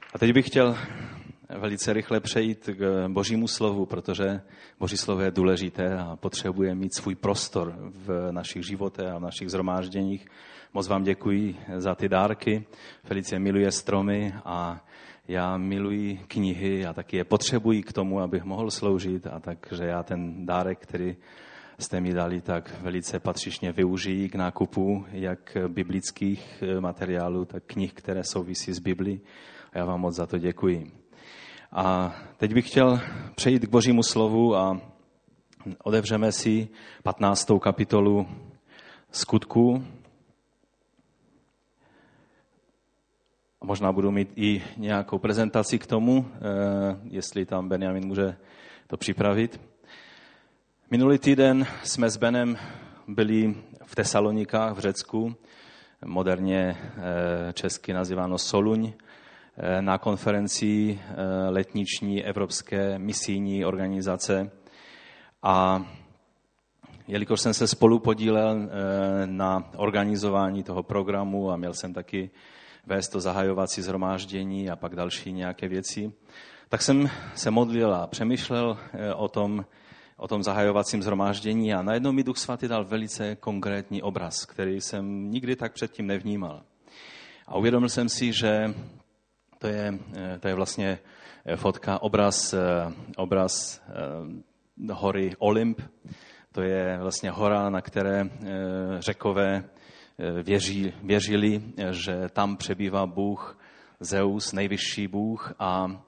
A teď bych chtěl velice rychle přejít k Božímu slovu, protože Boží slovo je důležité a potřebuje mít svůj prostor v našich životech a v našich shromážděních. Moc vám děkuji za ty dárky. Felicie miluje stromy a já miluji knihy a taky je potřebuji k tomu, abych mohl sloužit, a takže já ten dárek, který jste mi dali, tak velice patřičně využijí k nákupu jak biblických materiálů, tak knih, které souvisí s Biblí. A já vám moc za to děkuji. A teď bych chtěl přejít k Božímu slovu a otevřeme si 15. kapitolu Skutků. A možná budu mít i nějakou prezentaci k tomu, jestli tam Benjamin může to připravit. Minulý týden jsme s Benem byli v Tesalonikách v Řecku, moderně česky nazýváno Soluň, na konferenci letniční Evropské misijní organizace. A jelikož jsem se spolu podílel na organizování toho programu a měl jsem taky vést to zahajovací shromáždění a pak další nějaké věci, tak jsem se modlil a přemýšlel o tom zahajovacím shromáždění a najednou mi Duch Svatý dal velice konkrétní obraz, který jsem nikdy tak předtím nevnímal. A uvědomil jsem si, že to je vlastně fotka, obraz hory Olymp. To je vlastně hora, na které Řekové věřili, že tam přebývá Bůh, Zeus, nejvyšší Bůh a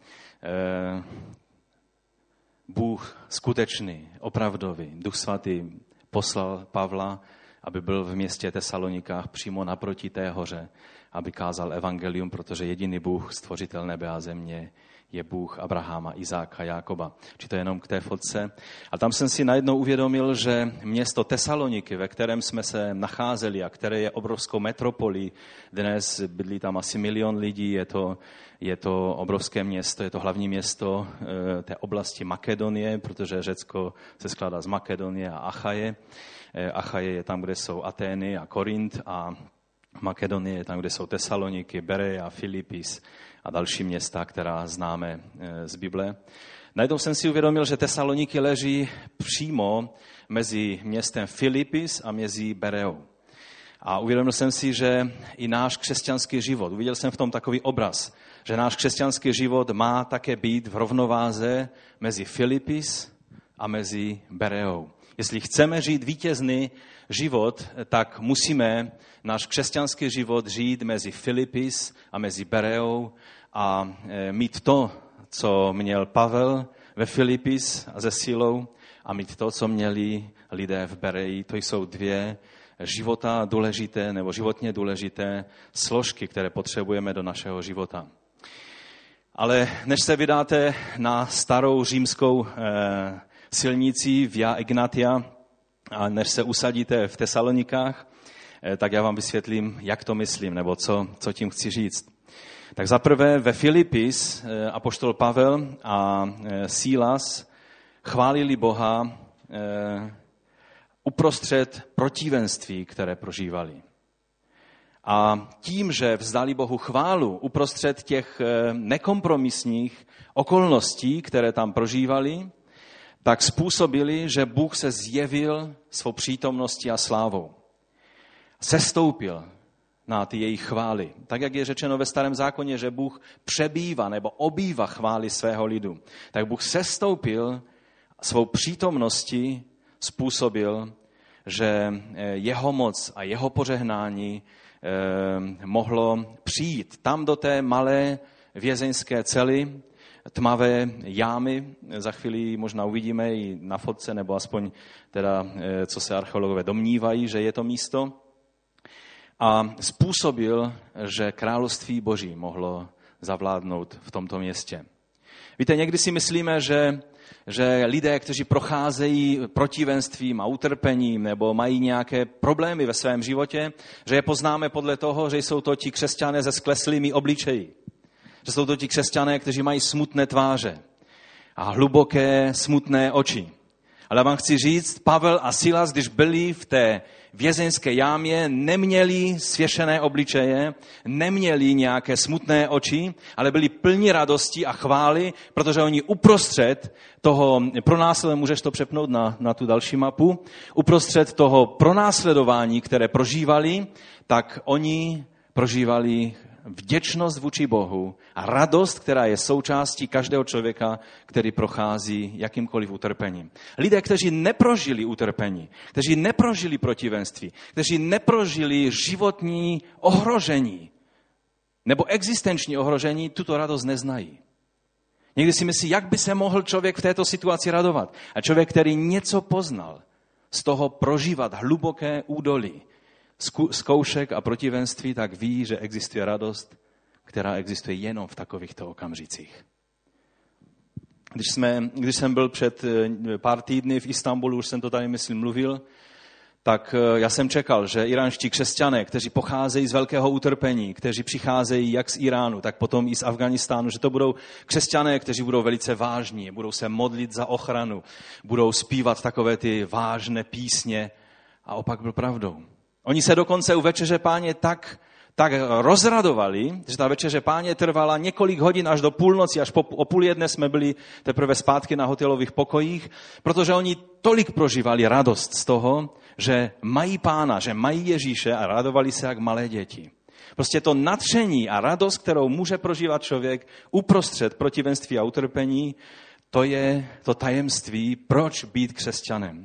Bůh skutečný, opravdový, Duch Svatý poslal Pavla, aby byl v městě Tesalonikách přímo naproti té hoře, aby kázal evangelium, protože jediný Bůh, stvořitel nebe a země, je Bůh Abraháma, Izáka, Jákoba. Či to jenom k té fotce. A tam jsem si najednou uvědomil, že město Tesaloniky, ve kterém jsme se nacházeli a které je obrovskou metropolí, dnes bydlí tam asi 1 milion lidí, je to obrovské město, je to hlavní město té oblasti Makedonie, protože Řecko se skládá z Makedonie a Achaje. Achaje je tam, kde jsou Atény a Korint a Makedonie je tam, kde jsou Tesaloniky, Berea, Filipis a další města, která známe z Bible. Najednou jsem si uvědomil, že Tesaloniky leží přímo mezi městem Filipis a mezi Bereou. A uvědomil jsem si, že i náš křesťanský život, uviděl jsem v tom takový obraz, že náš křesťanský život má také být v rovnováze mezi Filipis a mezi Bereou. Jestli chceme žít vítězný život, tak musíme náš křesťanský život žít mezi Filipis a mezi Bereou a mít to, co měl Pavel ve Filipis a ze silou, a mít to, co měli lidé v Bereji. To jsou 2 životně důležité složky, které potřebujeme do našeho života. Ale než se vydáte na starou římskou silnici Via Egnatia a než se usadíte v Tesalonikách, tak já vám vysvětlím, jak to myslím, nebo co tím chci říct. Tak zaprvé ve Filipis apoštol Pavel a Sílas chválili Boha uprostřed protivenství, které prožívali. A tím, že vzdali Bohu chválu uprostřed těch nekompromisních okolností, které tam prožívali, tak způsobili, že Bůh se zjevil svou přítomností a slávou. Sestoupil na ty jejich chvály. Tak, jak je řečeno ve Starém zákoně, že Bůh přebývá nebo obývá chvály svého lidu, tak Bůh sestoupil svou přítomností, způsobil, že jeho moc a jeho požehnání mohlo přijít tam do té malé vězeňské cely, tmavé jámy, za chvíli možná uvidíme i na fotce, nebo aspoň teda, co se archeologové domnívají, že je to místo. A způsobil, že království Boží mohlo zavládnout v tomto městě. Víte, někdy si myslíme, že lidé, kteří procházejí protivenstvím a utrpením nebo mají nějaké problémy ve svém životě, že je poznáme podle toho, že jsou to ti křesťané se skleslými obličeji. Že jsou to ti křesťané, kteří mají smutné tváře a hluboké, smutné oči. Ale vám chci říct, Pavel a Silas, když byli v té vězeňské jámě, neměli svěšené obličeje, neměli nějaké smutné oči, ale byli plní radosti a chvály, protože oni uprostřed toho pronásledování, můžeš to přepnout na tu další mapu, uprostřed toho pronásledování, které prožívali, tak oni prožívali vděčnost vůči Bohu a radost, která je součástí každého člověka, který prochází jakýmkoliv utrpením. Lidé, kteří neprožili utrpení, kteří neprožili protivenství, kteří neprožili životní ohrožení nebo existenční ohrožení, tuto radost neznají. Někdy si myslí, jak by se mohl člověk v této situaci radovat. A člověk, který něco poznal, z toho prožívat hluboké údolí zkoušek a protivenství, tak ví, že existuje radost, která existuje jenom v takovýchto okamžicích. Když jsem byl před pár týdny v Istanbulu, už jsem to tady, myslím, mluvil, tak já jsem čekal, že iránští křesťané, kteří pocházejí z velkého utrpení, kteří přicházejí jak z Iránu, tak potom i z Afghánistánu, že to budou křesťané, kteří budou velice vážní, budou se modlit za ochranu, budou zpívat takové ty vážné písně, a opak byl pravdou. Oni se dokonce u Večeře Páně tak rozradovali, že ta Večeře Páně trvala několik hodin až do půlnoci, až o 12:30 jsme byli teprve zpátky na hotelových pokojích, protože oni tolik prožívali radost z toho, že mají Pána, že mají Ježíše a radovali se jak malé děti. Prostě to nadšení a radost, kterou může prožívat člověk uprostřed protivenství a utrpení, to je to tajemství, proč být křesťanem.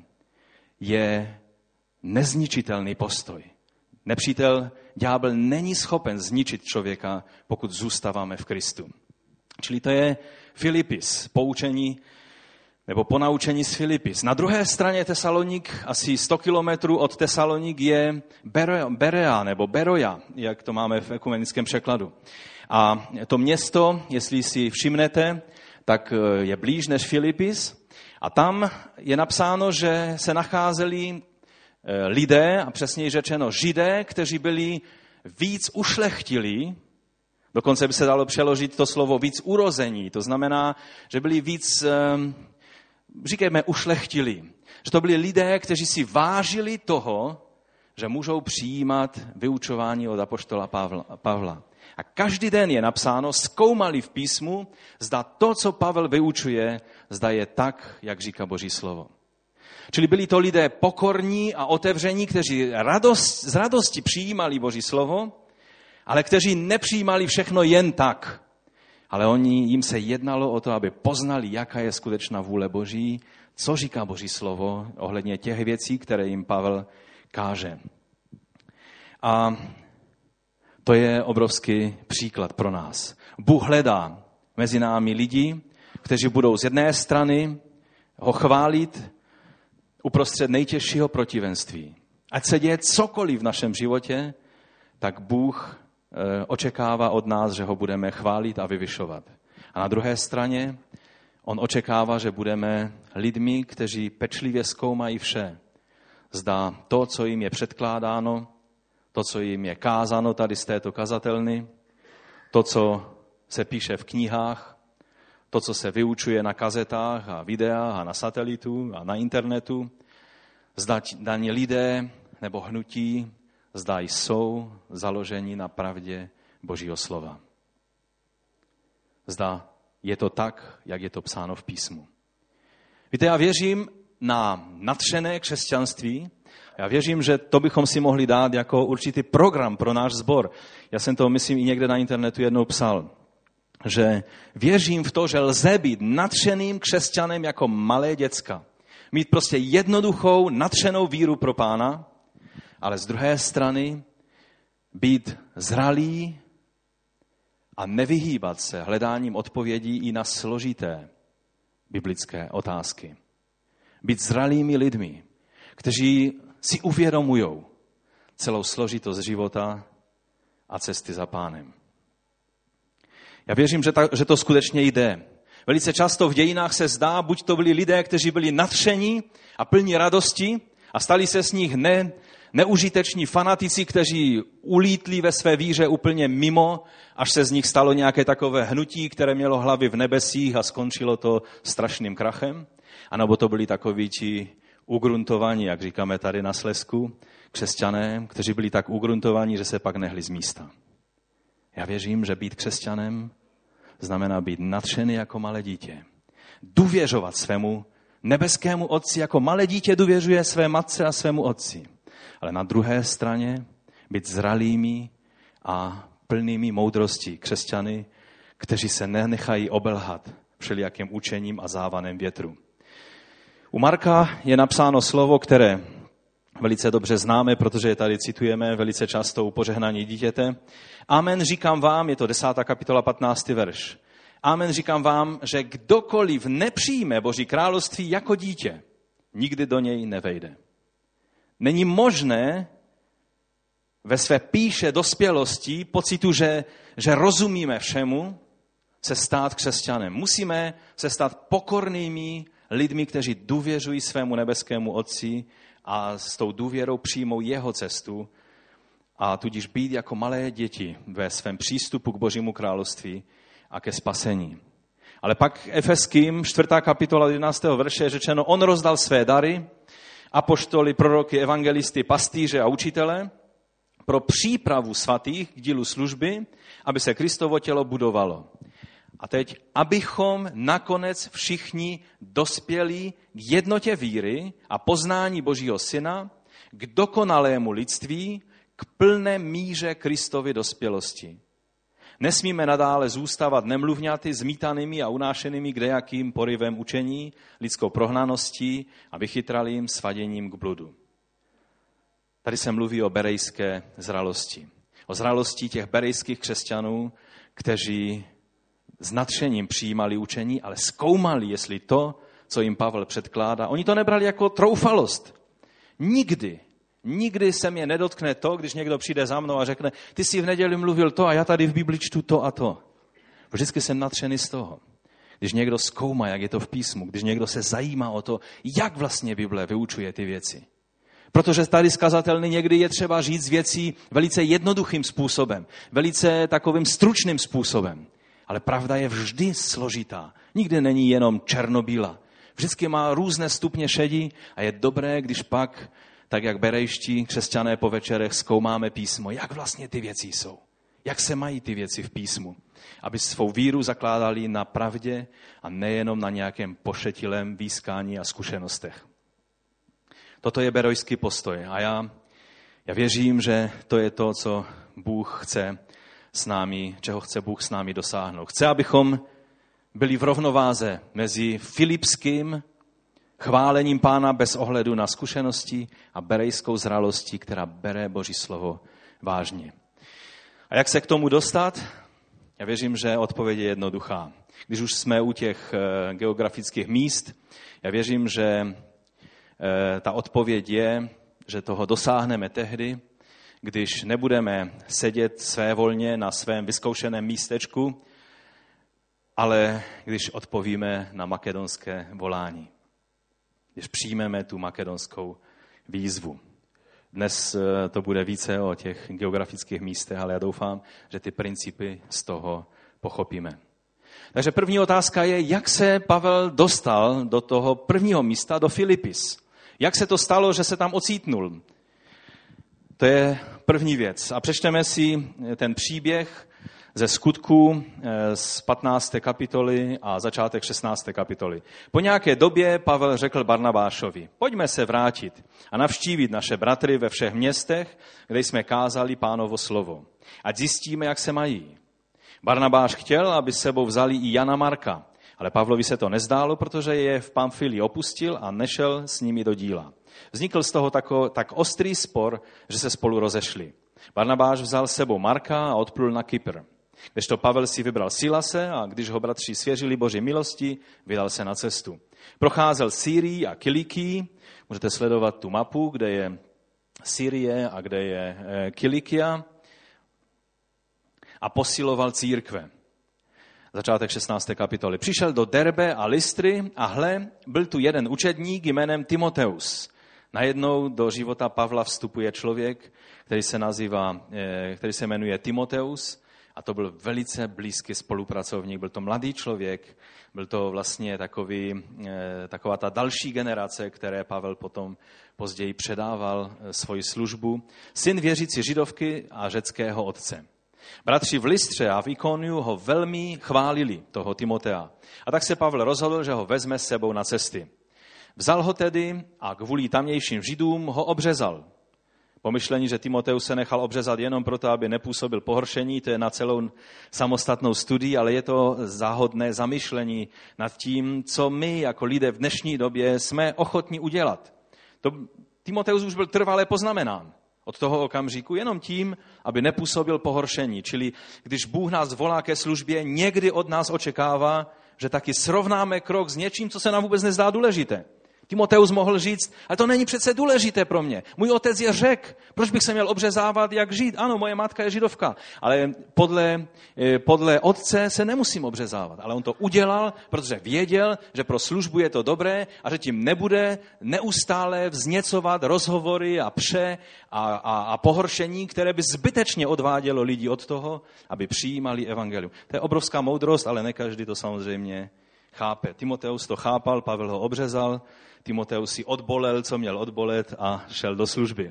Je nezničitelný postoj. Nepřítel, ďábel, není schopen zničit člověka, pokud zůstáváme v Kristu. Čili to je Filipis, poučení nebo ponaučení z Filipis. Na druhé straně Tesalonik, asi 100 kilometrů od Tesalonik, je Berea nebo Beroja, jak to máme v ekumenickém překladu. A to město, jestli si všimnete, tak je blíž než Filipis. A tam je napsáno, že se nacházeli lidé, a přesněji řečeno Židé, kteří byli víc ušlechtilí, dokonce by se dalo přeložit to slovo víc urození, to znamená, že byli víc, říkejme, ušlechtilí. Že to byli lidé, kteří si vážili toho, že můžou přijímat vyučování od apoštola Pavla. A každý den je napsáno, zkoumali v písmu, zda to, co Pavel vyučuje, zda je tak, jak říká Boží slovo. Čili byli to lidé pokorní a otevření, kteří z radosti přijímali Boží slovo, ale kteří nepřijímali všechno jen tak. Ale jim se jednalo o to, aby poznali, jaká je skutečná vůle Boží, co říká Boží slovo ohledně těch věcí, které jim Pavel káže. A to je obrovský příklad pro nás. Bůh hledá mezi námi lidi, kteří budou z jedné strany ho chválit uprostřed nejtěžšího protivenství. Ať se děje cokoliv v našem životě, tak Bůh očekává od nás, že ho budeme chválit a vyvyšovat. A na druhé straně on očekává, že budeme lidmi, kteří pečlivě zkoumají vše. Zda to, co jim je předkládáno, to, co jim je kázáno tady z této kazatelny, to, co se píše v knihách, to, co se vyučuje na kazetách a videách a na satelitu a na internetu, zda daní lidé nebo hnutí, zda jsou založeni na pravdě Božího slova. Zda je to tak, jak je to psáno v písmu. Víte, já věřím na nadšené křesťanství. Já věřím, že to bychom si mohli dát jako určitý program pro náš sbor. Já jsem to, myslím, i někde na internetu jednou psal, že věřím v to, že lze být nadšeným křesťanem jako malé děcka. Mít prostě jednoduchou, nadšenou víru pro Pána, ale z druhé strany být zralý a nevyhýbat se hledáním odpovědí i na složité biblické otázky. Být zralými lidmi, kteří si uvědomují celou složitost života a cesty za Pánem. Já věřím, že to skutečně jde. Velice často v dějinách se zdá, buď to byli lidé, kteří byli nadšení a plní radosti a stali se z nich neužiteční fanatici, kteří ulítli ve své víře úplně mimo, až se z nich stalo nějaké takové hnutí, které mělo hlavy v nebesích a skončilo to strašným krachem. anebo to byli takoví ti ugruntovaní, jak říkáme tady na Slezsku, křesťané, kteří byli tak ugruntovaní, že se pak nehli z místa. Já věřím, že být křesťanem znamená být nadšený jako malé dítě. Důvěřovat svému nebeskému Otci, jako malé dítě důvěřuje své matce a svému otci. Ale na druhé straně být zralými a plnými moudrosti křesťany, kteří se nenechají obelhat všelijakým učením a závanem větru. U Marka je napsáno slovo, které velice dobře známe, protože je tady citujeme velice často u požehnání dítěte. Amen, říkám vám, je to 10. kapitola 15. verš. Amen, říkám vám, že kdokoliv nepřijme Boží království jako dítě, nikdy do něj nevejde. Není možné ve své píše dospělosti, pocitu, že rozumíme všemu, se stát křesťanem. Musíme se stát pokornými lidmi, kteří důvěřují svému nebeskému Otci a s tou důvěrou přijmou jeho cestu a tudíž být jako malé děti ve svém přístupu k Božímu království a ke spasení. Ale pak Efeským, 4. kapitola 11. verše je řečeno, on rozdal své dary, apoštoly, proroky, evangelisty, pastýře a učitele pro přípravu svatých k dílu služby, aby se Kristovo tělo budovalo. A teď, abychom nakonec všichni dospěli k jednotě víry a poznání Božího Syna, k dokonalému lidství, k plné míře Kristovy dospělosti. Nesmíme nadále zůstávat nemluvňaty, zmítanými a unášenými kdejakým porivem učení, lidskou prohnaností a vychytralým svaděním k bludu. Tady se mluví o berejské zralosti. O zralosti těch berejských křesťanů, kteří s nadšením přijímali učení, ale zkoumali, jestli to, co jim Pavel předkládá. Oni to nebrali jako troufalost. Nikdy se mě nedotkne to, když někdo přijde za mnou a řekne, ty jsi v neděli mluvil to a já tady v Bibli čtu to a to. Vždycky jsem nadšený z toho. Když někdo zkoumá, jak je to v písmu, když někdo se zajímá o to, jak vlastně Bible vyučuje ty věci. Protože tady skazatelný někdy je třeba říct věcí velice jednoduchým způsobem, velice takovým stručným způsobem. Ale pravda je vždy složitá. Nikdy není jenom černobílá. Vždycky má různé stupně šedí a je dobré, když pak, tak jak berejští křesťané po večerech, zkoumáme písmo. Jak vlastně ty věci jsou? Jak se mají ty věci v písmu? Aby svou víru zakládali na pravdě a nejenom na nějakém pošetilém výskání a zkušenostech. Toto je berejský postoj a já věřím, že to je to, co Bůh chce s námi, čeho chce Bůh s námi dosáhnout. Chce, abychom byli v rovnováze mezi filipským chválením Pána bez ohledu na zkušenosti a berejskou zralostí, která bere Boží slovo vážně. A jak se k tomu dostat? Já věřím, že odpověď je jednoduchá. Když už jsme u těch geografických míst, já věřím, že ta odpověď je, že toho dosáhneme tehdy, když nebudeme sedět svévolně na svém vyzkoušeném místečku, ale když odpovíme na makedonské volání. Když přijmeme tu makedonskou výzvu. Dnes to bude více o těch geografických místech, ale já doufám, že ty principy z toho pochopíme. Takže první otázka je, jak se Pavel dostal do toho prvního místa, do Filipis. Jak se to stalo, že se tam ocítnul? To je první věc. A přečteme si ten příběh ze Skutků z 15. kapitoly a začátek 16. kapitoly. Po nějaké době Pavel řekl Barnabášovi, pojďme se vrátit a navštívit naše bratry ve všech městech, kde jsme kázali Pánovo slovo. Ať zjistíme, jak se mají. Barnabáš chtěl, aby s sebou vzali i Jana Marka, ale Pavlovi se to nezdálo, protože je v Pamfylii opustil a nešel s nimi do díla. Vznikl z toho tak ostrý spor, že se spolu rozešli. Barnabáš vzal s sebou Marka a odplul na Kypr. Kdežto Pavel si vybral Silase a když ho bratři svěřili Boží milosti, vydal se na cestu. Procházel Sýrii a Kilikii, můžete sledovat tu mapu, kde je Sýrie a kde je Kilikia, a posiloval církve. Začátek 16. kapitoly. Přišel do Derbe a Lystry a hle, byl tu jeden učedník jménem Timoteus. Najednou do života Pavla vstupuje člověk, který se jmenuje Timoteus a to byl velice blízký spolupracovník, byl to mladý člověk, byl to vlastně taková ta další generace, které Pavel potom později předával svoji službu, syn věřící Židovky a řeckého otce. Bratři v Lystře a v Ikoniu ho velmi chválili, toho Timotea. A tak se Pavel rozhodl, že ho vezme s sebou na cesty. Vzal ho tedy a kvůli tamnějším Židům ho obřezal. Pomyšlení, že Timoteus se nechal obřezat jenom proto, aby nepůsobil pohoršení, to je na celou samostatnou studii, ale je to záhodné zamyšlení nad tím, co my jako lidé v dnešní době jsme ochotní udělat. Timoteus už byl trvale poznamenán od toho okamžiku jenom tím, aby nepůsobil pohoršení. Čili když Bůh nás volá ke službě, někdy od nás očekává, že taky srovnáme krok s něčím, co se nám vůbec nezdá důležité. Timoteus mohl říct, ale to není přece důležité pro mě. Můj otec je Řek, proč bych se měl obřezávat jak Žid? Ano, moje matka je Židovka, ale podle otce se nemusím obřezávat. Ale on to udělal, protože věděl, že pro službu je to dobré a že tím nebude neustále vzněcovat rozhovory a pohoršení, které by zbytečně odvádělo lidi od toho, aby přijímali evangelium. To je obrovská moudrost, ale ne každý to samozřejmě chápe. Timoteus to chápal, Pavel ho obřezal, Timoteus si odbolel, co měl odbolet a šel do služby.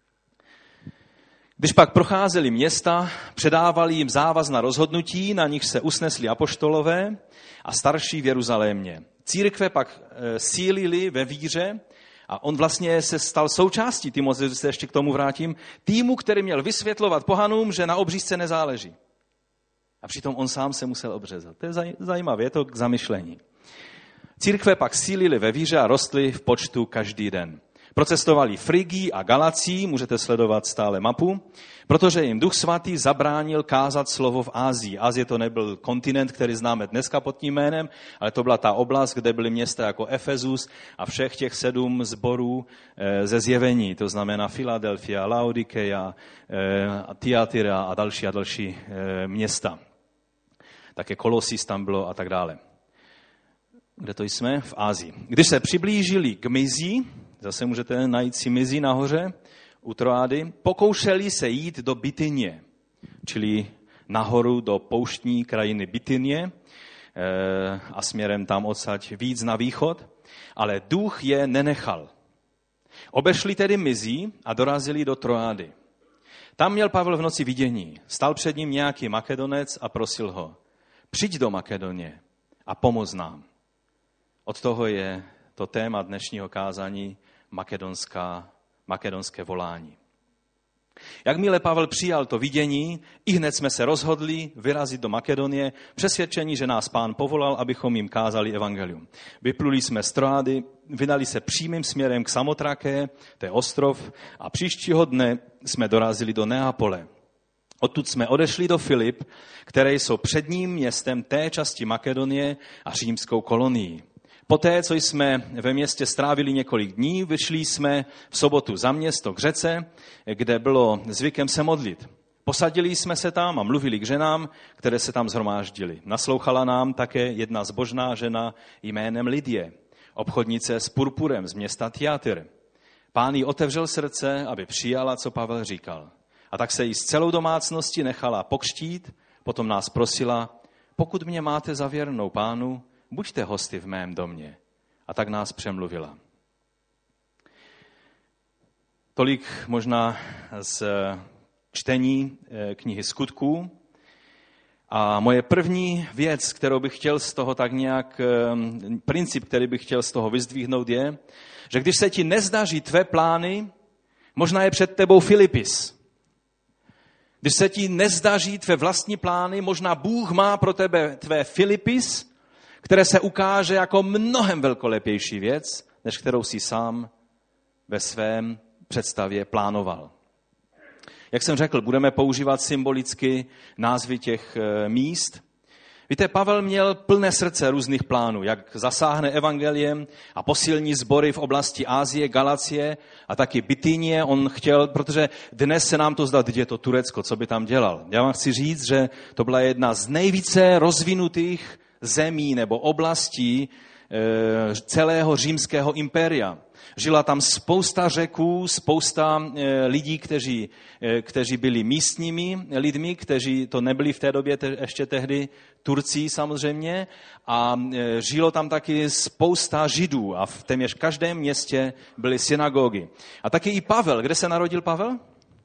Když pak procházeli města, předávali jim závazná rozhodnutí, na nich se usnesli apoštolové a starší v Jeruzalémě. Církve pak sílili ve víře a on vlastně se stal součástí, Timoteus se ještě k tomu vrátím, týmu, který měl vysvětlovat pohanům, že na obřízce nezáleží. A přitom on sám se musel obřezat. To je zajímavé, je to k zamyšlení. Církve pak sílily ve víře a rostly v počtu každý den. Procestovali Frigii a Galacii, můžete sledovat stále mapu, protože jim Duch Svatý zabránil kázat slovo v Asii. Asie to nebyl kontinent, který známe dneska pod tím jménem, ale to byla ta oblast, kde byly města jako Efezus a všech těch 7 sborů ze zjevení, to znamená Filadelfia, Laodikeia, Thyatira a další města. Také Kolosis tam bylo a tak dále. Kde to jsme? V Asii. Když se přiblížili k Myzii, zase můžete najít si Myzii nahoře u Troády, pokoušeli se jít do Bitynie, čili nahoru do pouštní krajiny Bitynie a směrem tam odsaď víc na východ, ale duch je nenechal. Obešli tedy Myzii a dorazili do Troády. Tam měl Pavel v noci vidění. Stal před ním nějaký Makedonec a prosil ho, přijď do Makedonie a pomoz nám. Od toho je to téma dnešního kázání makedonské volání. Jakmile Pavel přijal to vidění, ihned jsme se rozhodli vyrazit do Makedonie, přesvědčení, že nás Pán povolal, abychom jim kázali evangelium. Vypluli jsme z Troády, vydali se přímým směrem k Samotraké, to je ostrov, a příštího dne jsme dorazili do Neapole. Odtud jsme odešli do Filip, které jsou předním městem té části Makedonie a římskou kolonií. Poté, co jsme ve městě strávili několik dní, vyšli jsme v sobotu za město k řece, kde bylo zvykem se modlit. Posadili jsme se tam a mluvili k ženám, které se tam shromáždily. Naslouchala nám také jedna zbožná žena jménem Lidie, obchodnice s purpurem z města Thyatira. Pán jí otevřel srdce, aby přijala, co Pavel říkal. A tak se jí z celou domácností nechala pokřtít, potom nás prosila, pokud mě máte za věrnou Pánu, buďte hosty v mém domě. A tak nás přemluvila. Tolik možná z čtení knihy Skutků. A moje první věc, kterou bych chtěl z toho tak nějak, princip, který bych chtěl z toho vyzdvihnout je, že když se ti nezdaří tvé plány, možná je před tebou Filipis. Když se ti nezdaří tvé vlastní plány, možná Bůh má pro tebe tvé Filipis, které se ukáže jako mnohem velkolepější věc, než kterou si sám ve svém představě plánoval. Jak jsem řekl, budeme používat symbolicky názvy těch míst. Víte, Pavel měl plné srdce různých plánů, jak zasáhne evangeliem a posilní sbory v oblasti Asie, Galacie a taky Bitynie. On chtěl, protože dnes se nám to zdá, teď je to Turecko, co by tam dělal. Já vám chci říct, že to byla jedna z nejvíce rozvinutých zemí nebo oblastí celého římského impéria. Žila tam spousta Řeků, spousta lidí, kteří byli místními lidmi, kteří to nebyli v té době ještě tehdy Turci samozřejmě. A žilo tam taky spousta Židů a v téměř každém městě byly synagogy. A taky i Pavel. Kde se narodil Pavel?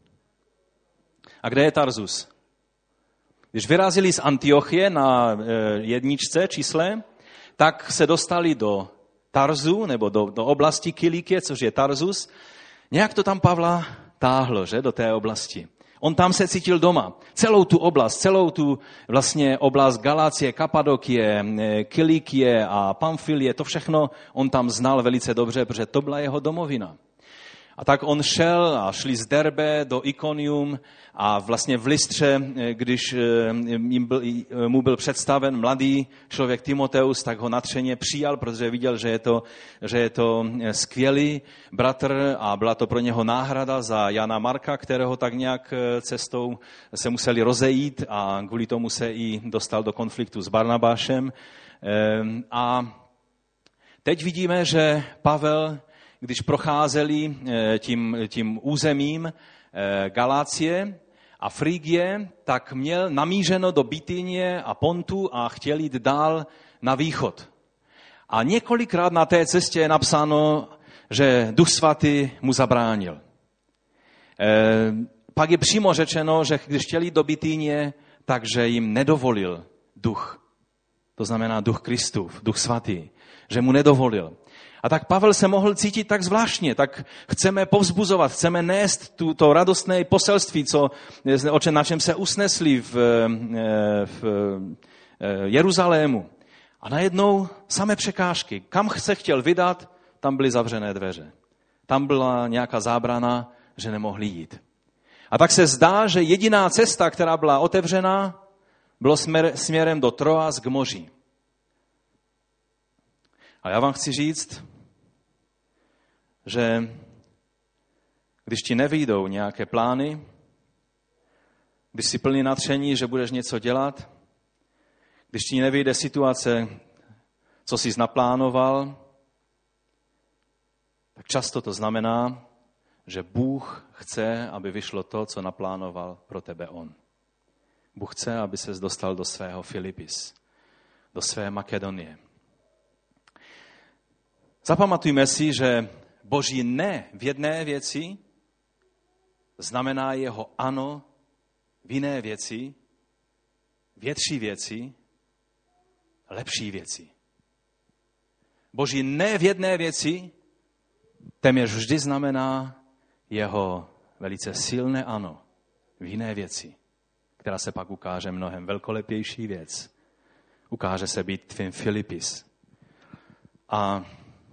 A kde je Tarzus? Když vyrazili z Antiochie na 1 čísle, tak se dostali do Tarzu, nebo do oblasti Kilikie, což je Tarzus. Nějak to tam Pavla táhlo, že, do té oblasti. On tam se cítil doma. Celou tu oblast, celou tu vlastně oblast Galácie, Kapadokie, Kilikie a Pamfilie, to všechno on tam znal velice dobře, protože to byla jeho domovina. A tak on šli z Derbe do Ikonium a vlastně v Lystře, když mu byl představen mladý člověk Timoteus, tak ho nadšeně přijal, protože viděl, že je to skvělý bratr a byla to pro něho náhrada za Jana Marka, kterého tak nějak cestou se museli rozejít a kvůli tomu se i dostal do konfliktu s Barnabášem. A teď vidíme, že Pavel, když procházeli tím územím Galácie a Frygie, tak měl namířeno do Bitynie a Pontu a chtěl jít dál na východ. A několikrát na té cestě je napsáno, že Duch Svatý mu zabránil. Pak je přímo řečeno, že když chtěli jít do Bitynie, takže jim nedovolil Duch. To znamená Duch Kristův, Duch Svatý, že mu nedovolil. A tak Pavel se mohl cítit tak zvláštně, tak chceme povzbuzovat, chceme nést to radostné poselství, na čem se usnesli v Jeruzalému. A najednou samé překážky. Kam se chtěl vydat, tam byly zavřené dveře. Tam byla nějaká zábrana, že nemohli jít. A tak se zdá, že jediná cesta, která byla otevřená, bylo směrem do Troas k moři. A já vám chci říct, že když ti nevyjdou nějaké plány, když jsi plný nadšení, že budeš něco dělat, když ti nevyjde situace, co jsi naplánoval, tak často to znamená, že Bůh chce, aby vyšlo to, co naplánoval pro tebe on. Bůh chce, aby ses dostal do svého Filipis, do své Makedonie. Zapamatujme si, že Boží ne v jedné věci znamená jeho ano v jiné věci, větší věci, lepší věci. Boží ne v jedné věci téměř vždy znamená jeho velice silné ano v jiné věci, která se pak ukáže mnohem velkolepější věc. Ukáže se být tvým Filipis. A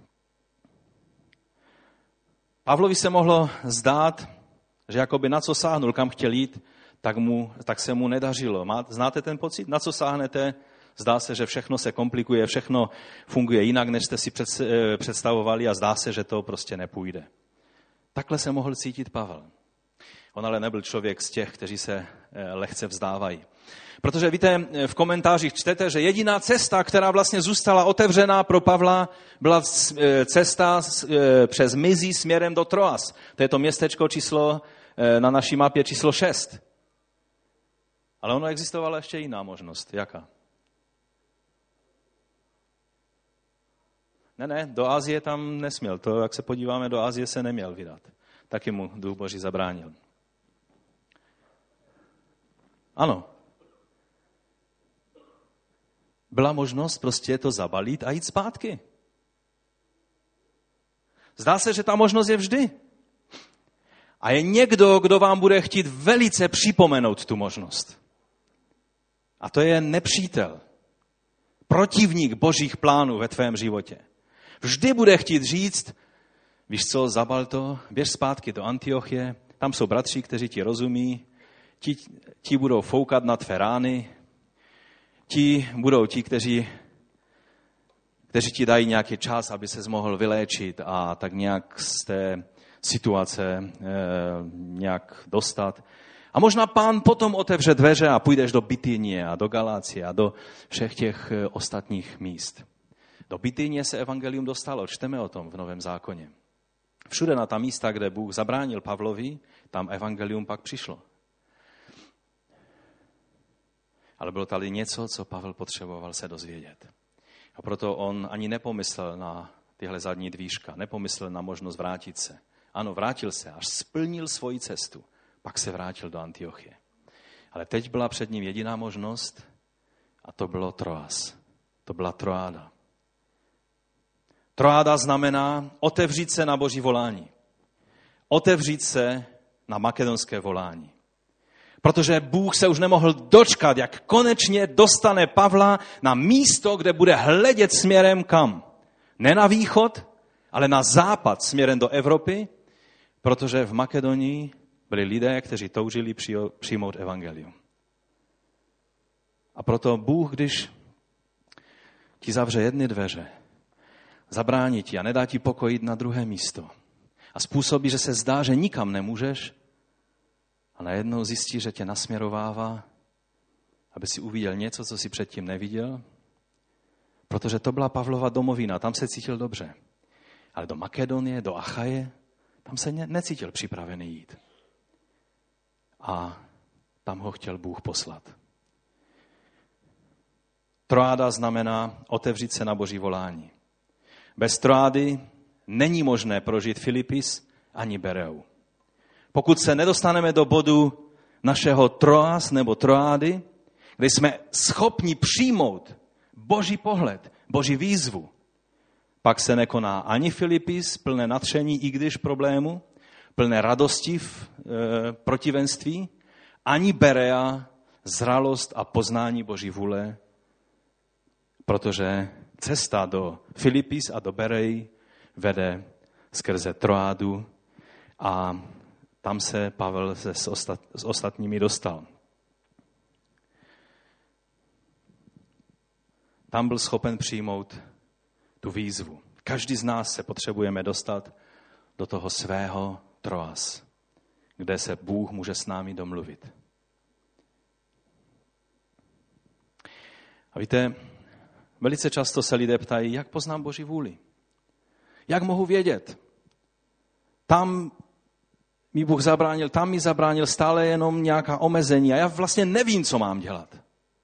Pavlovi se mohlo zdát, že jakoby na co sáhnul, kam chtěl jít, tak se mu nedařilo. Znáte ten pocit? Na co sáhnete? Zdá se, že všechno se komplikuje, všechno funguje jinak, než jste si představovali a zdá se, že to prostě nepůjde. Takhle se mohl cítit Pavel. On ale nebyl člověk z těch, kteří se lehce vzdávají. Protože víte, v komentářích čtete, že jediná cesta, která vlastně zůstala otevřená pro Pavla, byla cesta přes Mizí směrem do Troas. To je to městečko na naší mapě číslo 6. Ale ono existovala ještě jiná možnost. Jaká? Ne, do Asie tam nesměl. To, jak se podíváme, do Asie se neměl vydat. Taky mu Duch Boží zabránil. Ano. Byla možnost prostě to zabalit a jít zpátky. Zdá se, že ta možnost je vždy. A je někdo, kdo vám bude chtít velice připomenout tu možnost. A to je nepřítel. Protivník Božích plánů ve tvém životě. Vždy bude chtít říct, víš co, zabal to, běž zpátky do Antiochie, tam jsou bratři, kteří ti rozumí, ti budou foukat na tvé rány, ti budou ti, kteří ti dají nějaký čas, aby ses mohl vyléčit a tak nějak z té situace nějak dostat. A možná Pán potom otevře dveře a půjdeš do Bitynie a do Galácie a do všech těch ostatních míst. Do Bitynie se evangelium dostalo, čteme o tom v Novém zákoně. Všude na ta místa, kde Bůh zabránil Pavlovi, tam evangelium pak přišlo. Ale bylo tady něco, co Pavel potřeboval se dozvědět. A proto on ani nepomyslel na tyhle zadní dvířka, nepomyslel na možnost vrátit se. Ano, vrátil se, až splnil svoji cestu. Pak se vrátil do Antiochie. Ale teď byla před ním jediná možnost a to bylo Troas. To byla Troáda. Troáda znamená otevřít se na Boží volání. Otevřít se na makedonské volání. Protože Bůh se už nemohl dočkat, jak konečně dostane Pavla na místo, kde bude hledět směrem kam? Ne na východ, ale na západ směrem do Evropy, protože v Makedonii byli lidé, kteří toužili přijmout evangelium. A proto Bůh, když ti zavře jedny dveře, zabrání ti a nedá ti pokoj jít na druhé místo a způsobí, že se zdá, že nikam nemůžeš a najednou zjistí, že tě nasměrovává, aby si uviděl něco, co si předtím neviděl, protože to byla Pavlova domovina, tam se cítil dobře. Ale do Makedonie, do Achaje, tam se necítil připravený jít. A tam ho chtěl Bůh poslat. Troáda znamená otevřít se na Boží volání. Bez Troády není možné prožít Filipis ani Bereu. Pokud se nedostaneme do bodu našeho Troas nebo Troády, kde jsme schopni přijmout Boží pohled, Boží výzvu, pak se nekoná ani Filipis, plné nadšení, i když problému, plné radosti v protivenství, ani Berea, zralost a poznání Boží vůle, protože cesta do Filipis a do Bereji vede skrze Troádu a tam se Pavel s ostatními dostal. Tam byl schopen přijmout tu výzvu. Každý z nás se potřebujeme dostat do toho svého Troas, kde se Bůh může s námi domluvit. A víte, velice často se lidé ptají, jak poznám Boží vůli? Jak mohu vědět? Tam mi Bůh zabránil, tam mi zabránil stále jenom nějaká omezení a já vlastně nevím, co mám dělat.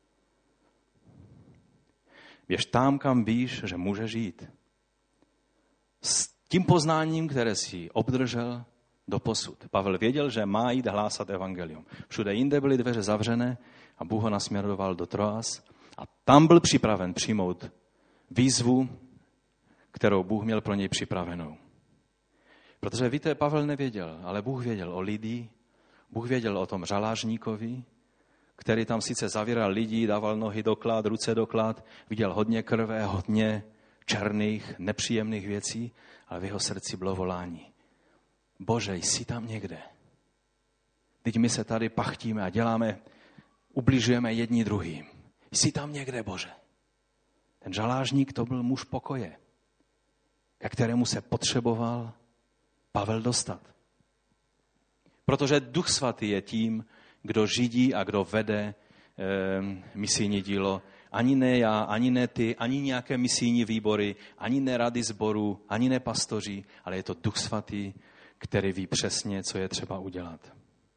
Běž tam, kam víš, že můžeš jít. S tím poznáním, které si obdržel doposud. Pavel věděl, že má jít hlásat evangelium. Všude jinde byly dveře zavřené a Bůh ho nasměroval do Troas a tam byl připraven přijmout výzvu, kterou Bůh měl pro něj připravenou. Protože víte, Pavel nevěděl, ale Bůh věděl o lidí, Bůh věděl o tom žalářníkovi, který tam sice zavíral lidí, dával nohy doklad, ruce doklad, viděl hodně krve, hodně černých, nepříjemných věcí, ale v jeho srdci bylo volání. Bože, jsi tam někde. Teď my se tady pachtíme a děláme, ubližujeme jedni druhým. Jsi tam někde, Bože. Ten žalářník to byl muž pokoje, ke kterému se potřeboval Pavel dostat. Protože Duch Svatý je tím, kdo řídí a kdo vede misijní dílo. Ani ne já, ani ne ty, ani nějaké misijní výbory, ani ne rady sboru, ani ne pastoři, ale je to Duch Svatý, který ví přesně, co je třeba udělat.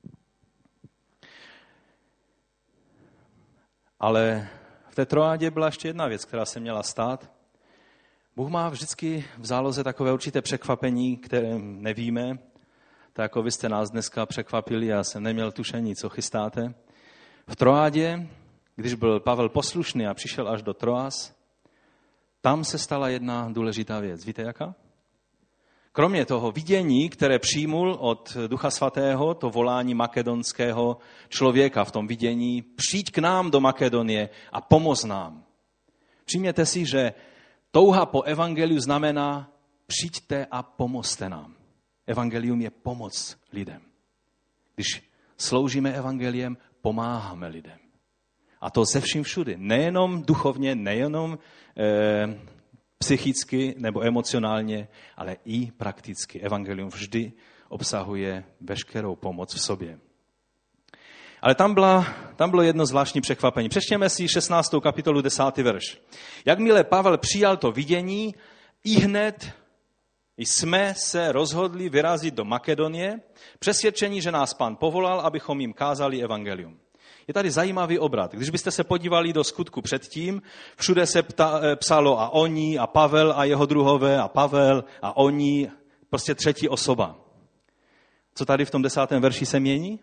Ale v té Troádě byla ještě jedna věc, která se měla stát. Bůh má vždycky v záloze takové určité překvapení, které nevíme. Tak jako vy jste nás dneska překvapili, já jsem neměl tušení, co chystáte. V Troádě, když byl Pavel poslušný a přišel až do Troas, tam se stala jedna důležitá věc. Víte jaká? Kromě toho vidění, které přijmul od Ducha Svatého, to volání makedonského člověka v tom vidění, přijď k nám do Makedonie a pomoz nám. Všimněte si, že touha po evangeliu znamená přijďte a pomozte nám. Evangelium je pomoc lidem. Když sloužíme evangeliem, pomáháme lidem. A to ze vším všudy. Nejenom duchovně, nejenom psychicky nebo emocionálně, ale i prakticky. Evangelium vždy obsahuje veškerou pomoc v sobě. Ale tam bylo jedno zvláštní překvapení. Přečtěme si 16. kapitolu 10. verš. Jakmile Pavel přijal to vidění, ihned jsme se rozhodli vyrazit do Makedonie, přesvědčení, že nás Pán povolal, abychom jim kázali evangelium. Je tady zajímavý obrat. Když byste se podívali do skutku předtím, všude se psalo a oni, a Pavel a jeho druhové, a Pavel a oni, prostě třetí osoba. Co tady v tom 10. verši se mění?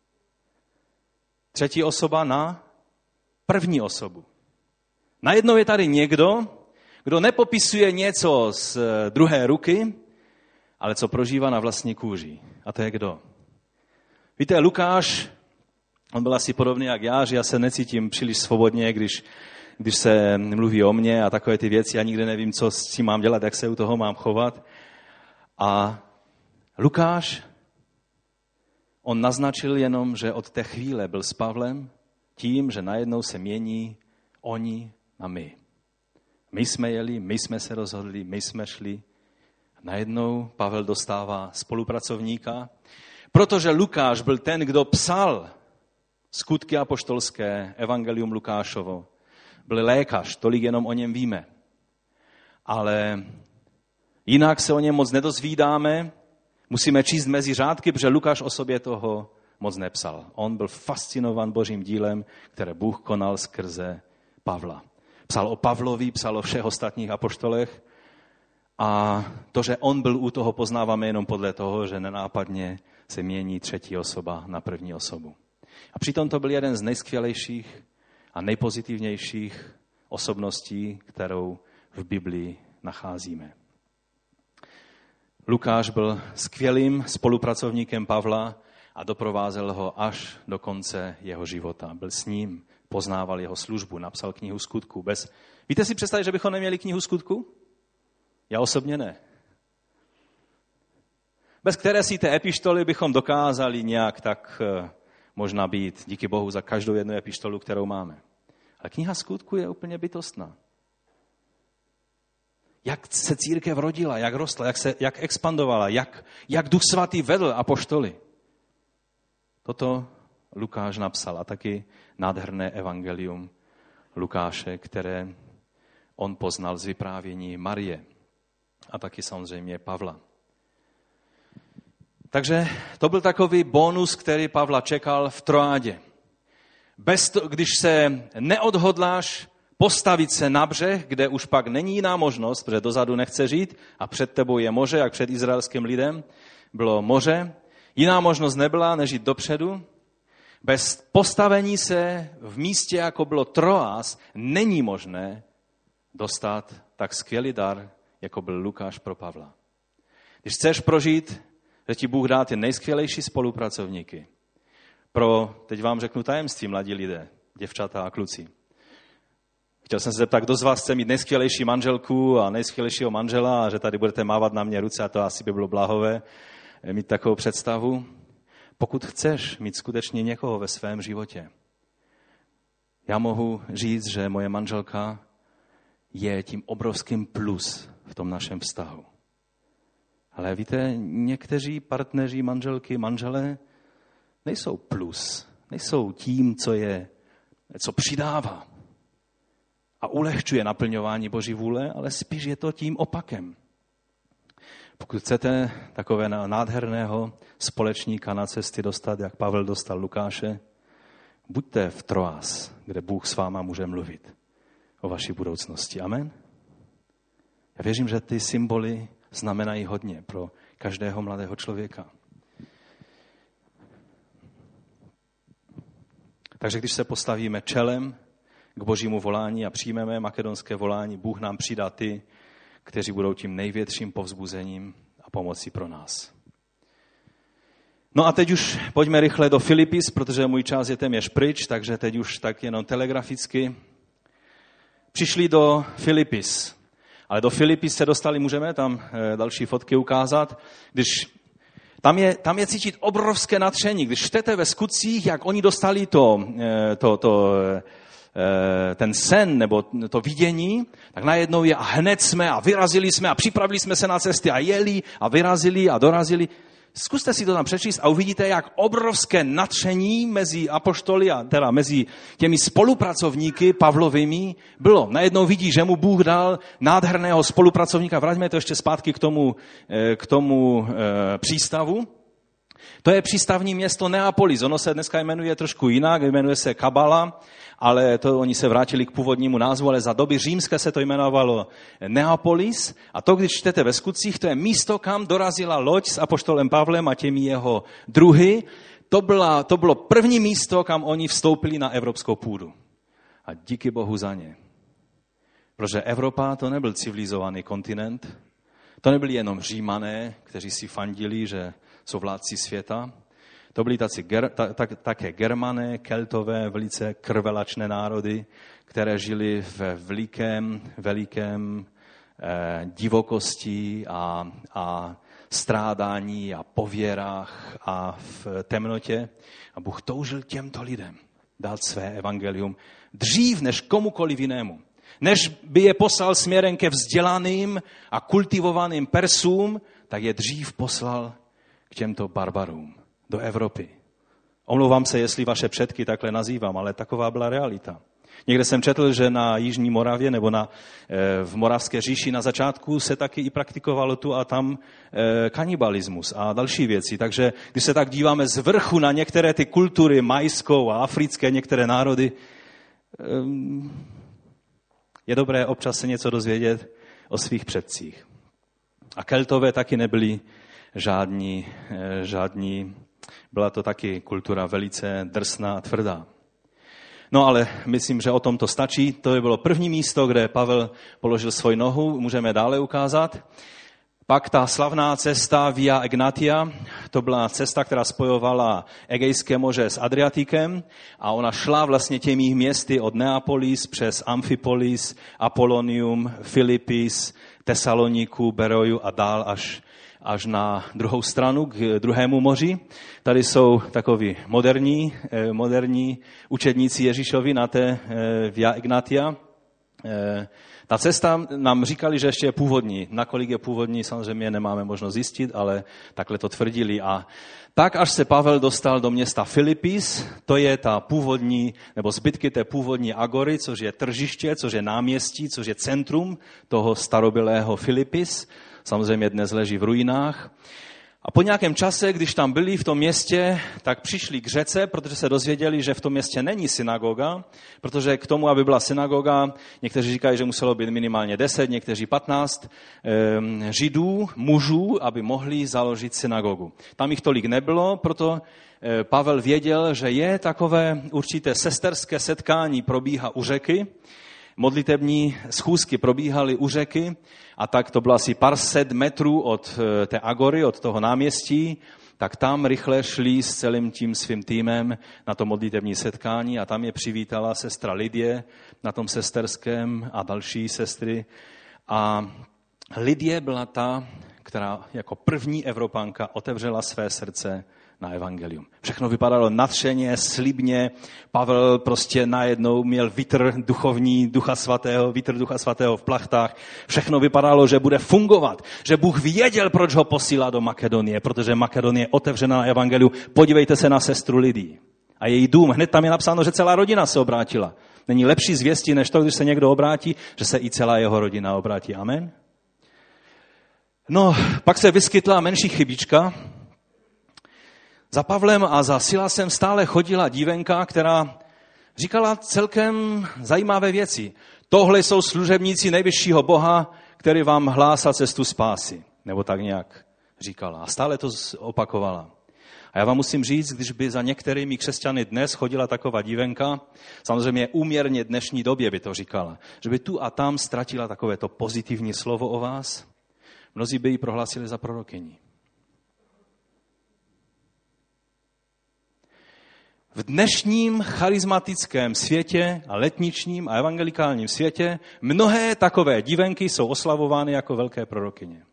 Třetí osoba na první osobu. Najednou je tady někdo, kdo nepopisuje něco z druhé ruky, ale co prožívá na vlastní kůži. A to je kdo? Víte, Lukáš, on byl asi podobný jak já, že já se necítím příliš svobodně, když se mluví o mně a takové ty věci. Já nikdy nevím, co s tím mám dělat, jak se u toho mám chovat. A Lukáš, on naznačil jenom, že od té chvíle byl s Pavlem tím, že najednou se mění oni na my. My jsme jeli, my jsme se rozhodli, my jsme šli. Najednou Pavel dostává spolupracovníka, protože Lukáš byl ten, kdo psal skutky apoštolské, evangelium Lukášovo. Byl lékař, tolik jenom o něm víme. Ale jinak se o něm moc nedozvídáme, musíme číst mezi řádky, protože Lukáš o sobě toho moc nepsal. On byl fascinovan Božím dílem, které Bůh konal skrze Pavla. Psal o Pavlovi, psal o všech ostatních apoštolech a to, že on byl u toho, poznáváme jenom podle toho, že nenápadně se mění třetí osoba na první osobu. A přitom to byl jeden z nejskvělejších a nejpozitivnějších osobností, kterou v Biblii nacházíme. Lukáš byl skvělým spolupracovníkem Pavla a doprovázel ho až do konce jeho života. Byl s ním, poznával jeho službu, napsal knihu Skutků. Víte si představit, že bychom neměli knihu Skutků? Já osobně ne. Bez které si té epištoly bychom dokázali nějak tak možná být, díky Bohu za každou jednu epištolu, kterou máme. Ale kniha Skutků je úplně bytostná. Jak se církev rodila, jak rostla, jak expandovala, jak Duch Svatý vedl apoštoly. Toto Lukáš napsal a taky nádherné evangelium Lukáše, které on poznal z vyprávění Marie a taky samozřejmě Pavla. Takže to byl takový bonus, který Pavla čekal v Troádě. Když se neodhodláš postavit se na břeh, kde už pak není jiná možnost, protože dozadu nechce žít a před tebou je moře, jak před izraelským lidem bylo moře. Jiná možnost nebyla, než jít dopředu. Bez postavení se v místě, jako bylo Troas, není možné dostat tak skvělý dar, jako byl Lukáš pro Pavla. Když chceš prožít, že ti Bůh dá ty nejskvělejší spolupracovníky. Teď vám řeknu tajemství, mladí lidé, děvčata a kluci. Chtěl jsem se zeptat, kdo z vás chce mít nejskvělejší manželku a nejskvělejšího manžela a že tady budete mávat na mě ruce a to asi by bylo blahové mít takovou představu. Pokud chceš mít skutečně někoho ve svém životě, já mohu říct, že moje manželka je tím obrovským plus v tom našem vztahu. Ale víte, někteří partneři, manželky, manželé nejsou plus, nejsou tím, co přidává a ulehčuje naplňování Boží vůle, ale spíš je to tím opakem. Pokud chcete takové nádherného společníka na cesty dostat, jak Pavel dostal Lukáše, buďte v Troas, kde Bůh s váma může mluvit o vaší budoucnosti. Amen? Já věřím, že ty symboly znamenají hodně pro každého mladého člověka. Takže když se postavíme čelem k Božímu volání a přijmeme makedonské volání, Bůh nám přidá ty, kteří budou tím největším povzbuzením a pomocí pro nás. No a teď už pojďme rychle do Filipis, protože můj čas je téměř pryč, takže teď už tak jenom telegraficky. Přišli do Filipis, ale do Filipis se dostali, můžeme tam další fotky ukázat, když tam je cítit obrovské nadšení, když čtete ve skutcích, jak oni dostali ten sen nebo to vidění, tak najednou je a hned jsme a vyrazili jsme a připravili jsme se na cesty a jeli a vyrazili a dorazili. zkuste si to tam přečíst a uvidíte, jak obrovské nadšení mezi apoštoly a teda mezi těmi spolupracovníky Pavlovými bylo. Najednou vidí, že mu Bůh dal nádherného spolupracovníka. Vraťme to ještě zpátky k tomu přístavu. To je přístavní město Neapolis. Ono se dneska jmenuje trošku jinak, jmenuje se Kabala, ale to oni se vrátili k původnímu názvu, ale za doby římské se to jmenovalo Neapolis. A to, když čtete ve Skutcích, to je místo, kam dorazila loď s apoštolem Pavlem a těmi jeho druhy. To bylo první místo, kam oni vstoupili na evropskou půdu. A díky Bohu za ně. Protože Evropa to nebyl civilizovaný kontinent, to nebyli jenom Římané, kteří si fandili, že jsou vládci světa. To byli také Germané, Keltové, velice krvelačné národy, které žili ve velikém divokosti a strádání a pověrách a v temnotě. A Bůh toužil těmto lidem dát své evangelium dřív než komukoliv jinému. Než by je poslal směrem ke vzdělaným a kultivovaným Persům, tak je dřív poslal k těmto barbarům do Evropy. Omlouvám se, jestli vaše předky takhle nazývám, ale taková byla realita. Někde jsem četl, že na Jižní Moravě nebo v Moravské říši na začátku se taky i praktikovalo tu a tam kanibalismus a další věci. Takže když se tak díváme z vrchu na některé ty kultury, majskou a africké, některé národy, je dobré občas se něco dozvědět o svých předcích. A Keltové taky nebyli žádní, byla to taky kultura velice drsná a tvrdá. No ale myslím, že o tom to stačí. To by bylo první místo, kde Pavel položil svoji nohu, můžeme dále ukázat. Pak ta slavná cesta Via Egnatia, to byla cesta, která spojovala Egejské moře s Adriatikem a ona šla vlastně těmi městy od Neapolis přes Amfipolis, Apolonium, Filipis, Tesaloniku, Beroju a dál až na druhou stranu, k druhému moři. Tady jsou takoví moderní učedníci Ježíšovi na té Via Egnatia. Ta cesta nám říkali, že ještě je původní. Nakolik je původní, samozřejmě nemáme možnost zjistit, ale takhle to tvrdili. A tak, až se Pavel dostal do města Filipis, to je ta původní, nebo zbytky té původní agory, což je tržiště, což je náměstí, což je centrum toho starobylého Filipis. Samozřejmě dnes leží v ruinách. A po nějakém čase, když tam byli v tom městě, tak přišli k řece, protože se dozvěděli, že v tom městě není synagoga, protože k tomu, aby byla synagoga, někteří říkají, že muselo být minimálně 10, někteří 15 Židů, mužů, aby mohli založit synagogu. Tam jich tolik nebylo, proto Pavel věděl, že je takové určité sesterské setkání probíhá u řeky, modlitební schůzky probíhaly u řeky a tak to bylo asi pár set metrů od té agory, od toho náměstí, tak tam rychle šli s celým tím svým týmem na to modlitební setkání a tam je přivítala sestra Lidie na tom sesterském a další sestry. A Lidie byla ta, která jako první Evropanka otevřela své srdce na evangelium. Všechno vypadalo nadšeně, slibně. Pavel prostě najednou měl vítr Ducha Svatého v plachtách. Všechno vypadalo, že bude fungovat. Že Bůh věděl, proč ho posílá do Makedonie, protože Makedonie je otevřená na evangeliu. Podívejte se na sestru Lidii. A její dům, hned tam je napsáno, že celá rodina se obrátila. Není lepší zvěstí, než to, když se někdo obrátí, že se i celá jeho rodina obrátí. Amen. No, pak se vyskytla menší chybička. Za Pavlem a za Silasem stále chodila dívenka, která říkala celkem zajímavé věci. Tohle jsou služebníci nejvyššího Boha, který vám hlásá cestu spásy. Nebo tak nějak říkala. A stále to opakovala. A já vám musím říct, když by za některými křesťany dnes chodila taková dívenka, samozřejmě úměrně dnešní době by to říkala, že by tu a tam ztratila takovéto pozitivní slovo o vás, mnozí by ji prohlásili za prorokyni. V dnešním charismatickém světě a letničním a evangelikálním světě mnohé takové dívenky jsou oslavovány jako velké prorokyně.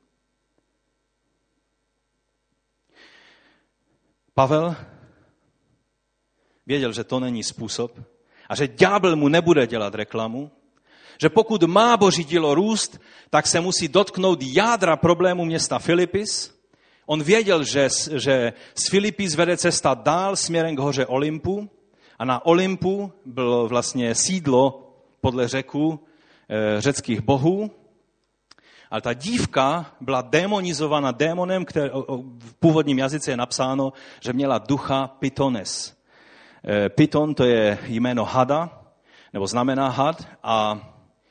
Pavel věděl, že to není způsob a že ďábel mu nebude dělat reklamu, že pokud má Boží dílo růst, tak se musí dotknout jádra problému města Filipis. On věděl, že z Filipí zvede cesta dál směrem k hoře Olympu a na Olympu bylo vlastně sídlo podle řeků řeckých bohů. Ale ta dívka byla demonizovaná démonem, který v původním jazyce je napsáno, že měla ducha Pytones. Python to je jméno hada, nebo znamená had a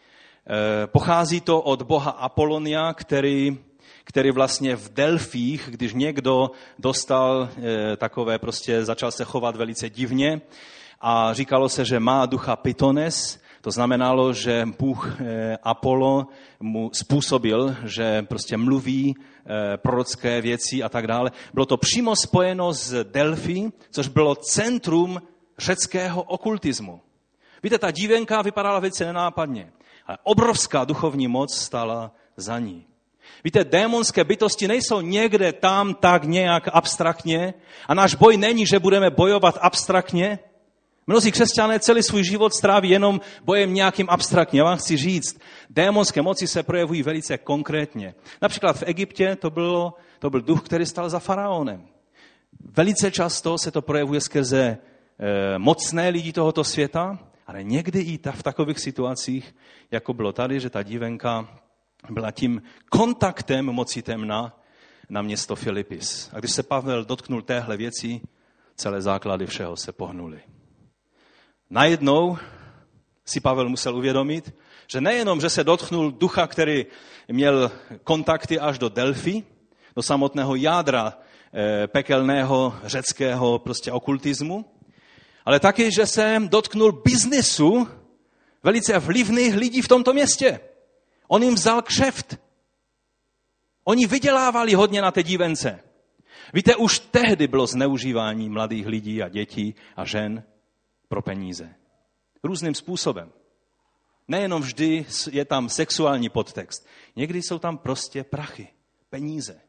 pochází to od boha Apolonia, který vlastně v Delfích, když někdo dostal takové, prostě začal se chovat velice divně a říkalo se, že má ducha Pytones, to znamenalo, že Bůh Apollo mu způsobil, že prostě mluví prorocké věci a tak dále. Bylo to přímo spojeno s Delfí, což bylo centrum řeckého okultismu. Víte, ta dívenka vypadala velice nenápadně, ale obrovská duchovní moc stála za ní. Víte, démonské bytosti nejsou někde tam tak nějak abstraktně a náš boj není, že budeme bojovat abstraktně. Mnozí křesťané celý svůj život stráví jenom bojem nějakým abstraktně. Já vám chci říct, démonské moci se projevují velice konkrétně. Například v Egyptě to byl duch, který stál za faraonem. Velice často se to projevuje skrze mocné lidi tohoto světa, ale někdy i v takových situacích, jako bylo tady, že ta dívenka byla tím kontaktem moci temna na město Filipis. A když se Pavel dotknul téhle věci, celé základy všeho se pohnuly. Najednou si Pavel musel uvědomit, že nejenom, že se dotknul ducha, který měl kontakty až do Delfí, do samotného jádra pekelného řeckého prostě okultismu, ale taky, že se dotknul biznesu velice vlivných lidí v tomto městě. On jim vzal kšeft. Oni vydělávali hodně na té dívence. Víte, už tehdy bylo zneužívání mladých lidí a dětí a žen pro peníze. Různým způsobem. Nejenom vždy je tam sexuální podtext. Někdy jsou tam prostě prachy, peníze.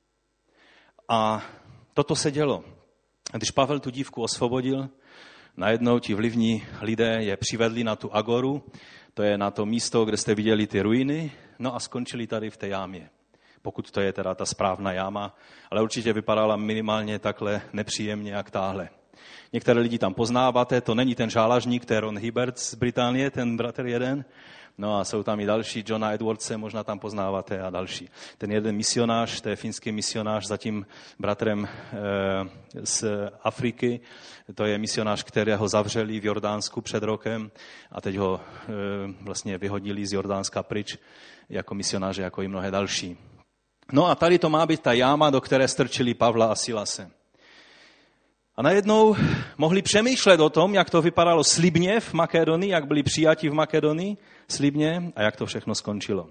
A toto se dělo. Když Pavel tu dívku osvobodil, najednou ti vlivní lidé je přivedli na tu agoru, to je na to místo, kde jste viděli ty ruiny, no a skončili tady v té jámě. Pokud to je teda ta správná jáma, ale určitě vypadala minimálně takhle nepříjemně, jak táhle. Některé lidi tam poznáváte, to není ten žálažník, to je Ron Hibbert z Británie, ten bratr jeden. No a jsou tam i další, Johna Edwardse možná tam poznáváte a další. Ten jeden misionář, to je finský misionář za tím bratrem z Afriky. To je misionář, kterého zavřeli v Jordánsku před rokem a teď ho vlastně vyhodili z Jordánska pryč jako misionáře, jako i mnohé další. No a tady to má být ta jáma, do které strčili Pavla a Silase. A najednou mohli přemýšlet o tom, jak to vypadalo slibně v Makedonii, jak byli přijati v Makedonii slibně a jak to všechno skončilo.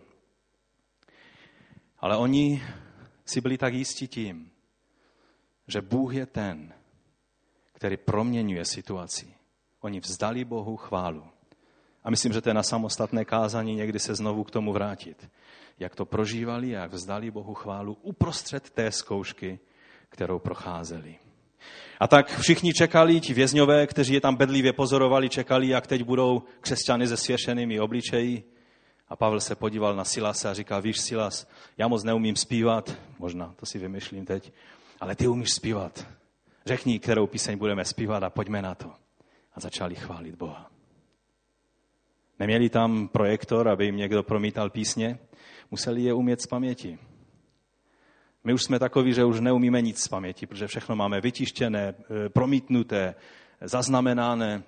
Ale oni si byli tak jistí tím, že Bůh je ten, který proměňuje situaci. Oni vzdali Bohu chválu. A myslím, že to je na samostatné kázání někdy se znovu k tomu vrátit. Jak to prožívali, jak vzdali Bohu chválu uprostřed té zkoušky, kterou procházeli. A tak všichni čekali, ti vězňové, kteří je tam bedlivě pozorovali, čekali, jak teď budou křesťany se svěšenými obličeji. A Pavel se podíval na Silase a říkal, víš Silas, já moc neumím zpívat, možná, to si vymýšlím teď, ale ty umíš zpívat. Řekni, kterou píseň budeme zpívat a pojďme na to. A začali chválit Boha. Neměli tam projektor, aby jim někdo promítal písně, museli je umět z paměti. My už jsme takoví, že už neumíme nic z paměti, protože všechno máme vytištěné, promítnuté, zaznamenané.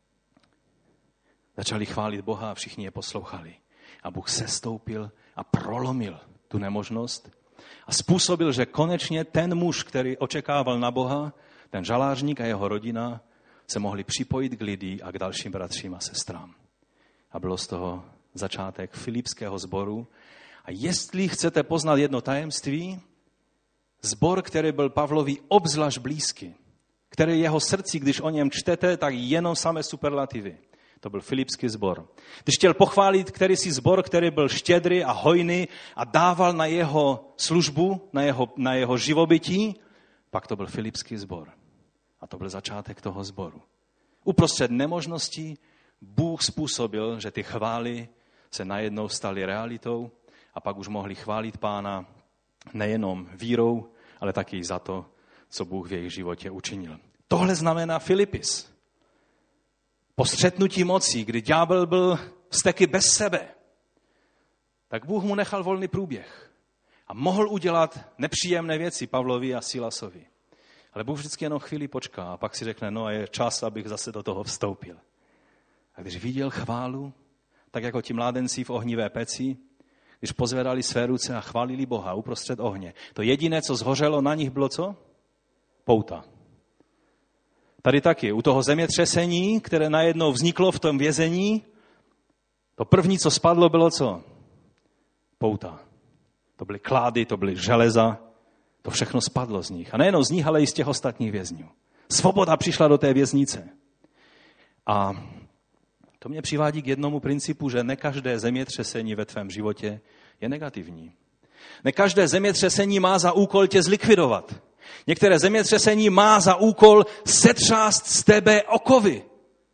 Začali chválit Boha a všichni je poslouchali. A Bůh sestoupil a prolomil tu nemožnost a způsobil, že konečně ten muž, který očekával na Boha, ten žalářník a jeho rodina, se mohli připojit k lidí a k dalším bratřím a sestrám. A bylo z toho začátek filipského sboru. A jestli chcete poznat jedno tajemství, sbor, který byl Pavlovi obzvlášť blízký, který jeho srdci, když o něm čtete, tak jenom samé superlativy. To byl filipský sbor. Když chtěl pochválit kterýsi sbor, který byl štědrý a hojný a dával na jeho službu, na jeho živobytí, pak to byl filipský sbor. A to byl začátek toho sboru. Uprostřed nemožností Bůh způsobil, že ty chvály se najednou staly realitou a pak už mohli chválit Pána nejenom vírou, ale taky za to, co Bůh v jejich životě učinil. Tohle znamená Filipis. Po střetnutí mocí, kdy ďábel byl vzteky bez sebe, tak Bůh mu nechal volný průběh a mohl udělat nepříjemné věci Pavlovi a Silasovi. Ale Bůh vždycky jenom chvíli počká a pak si řekne, no a je čas, abych zase do toho vstoupil. A když viděl chválu, tak jako ti mládenci v ohnivé peci, když pozvedali své ruce a chválili Boha uprostřed ohně, to jediné, co zhořelo na nich, bylo co? Pouta. Tady taky, u toho zemětřesení, které najednou vzniklo v tom vězení, to první, co spadlo, bylo co? Pouta. To byly klády, to byly železa, to všechno spadlo z nich. A nejenom z nich, ale i z těch ostatních vězňů. Svoboda přišla do té věznice. A to mě přivádí k jednomu principu, že ne každé zemětřesení ve tvém životě je negativní. Ne každé zemětřesení má za úkol tě zlikvidovat. Některé zemětřesení má za úkol setřást z tebe okovy.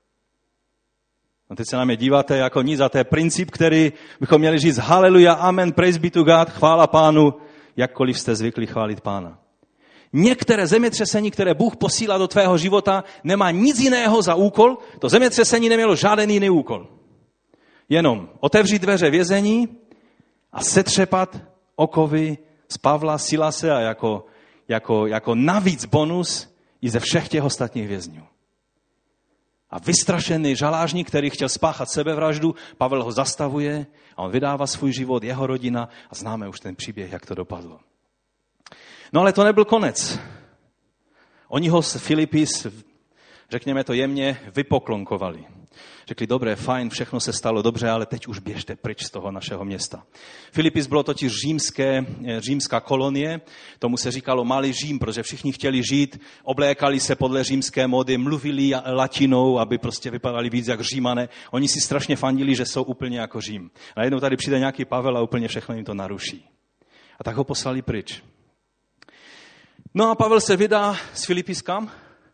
No teď se na mě díváte jako nic, a to je princip, který bychom měli říct haleluja, amen, praise be to God, chvála Pánu, jakkoliv jste zvykli chválit Pána. Některé zemětřesení, které Bůh posílá do tvého života, nemá nic jiného za úkol. To zemětřesení nemělo žádný jiný úkol. Jenom otevřít dveře vězení a setřepat okovy z Pavla, Silase a jako navíc bonus i ze všech těch ostatních vězňů. A vystrašený žalářník, který chtěl spáchat sebevraždu, Pavel ho zastavuje a on vydává svůj život, jeho rodina a známe už ten příběh, jak to dopadlo. No ale to nebyl konec. Oni ho z Filipis, řekněme to jemně, vypoklonkovali. Řekli, dobré, fajn, všechno se stalo dobře, ale teď už běžte pryč z toho našeho města. Filipis bylo totiž římská kolonie, tomu se říkalo Malý Řím, protože všichni chtěli žít, oblékali se podle římské mody, mluvili latinou, aby prostě vypadali víc jak Římané. Oni si strašně fandili, že jsou úplně jako Řím. A jednou tady přijde nějaký Pavel a úplně všechno jim to naruší. A tak ho poslali pryč. No a Pavel se vydá z Filipis kam?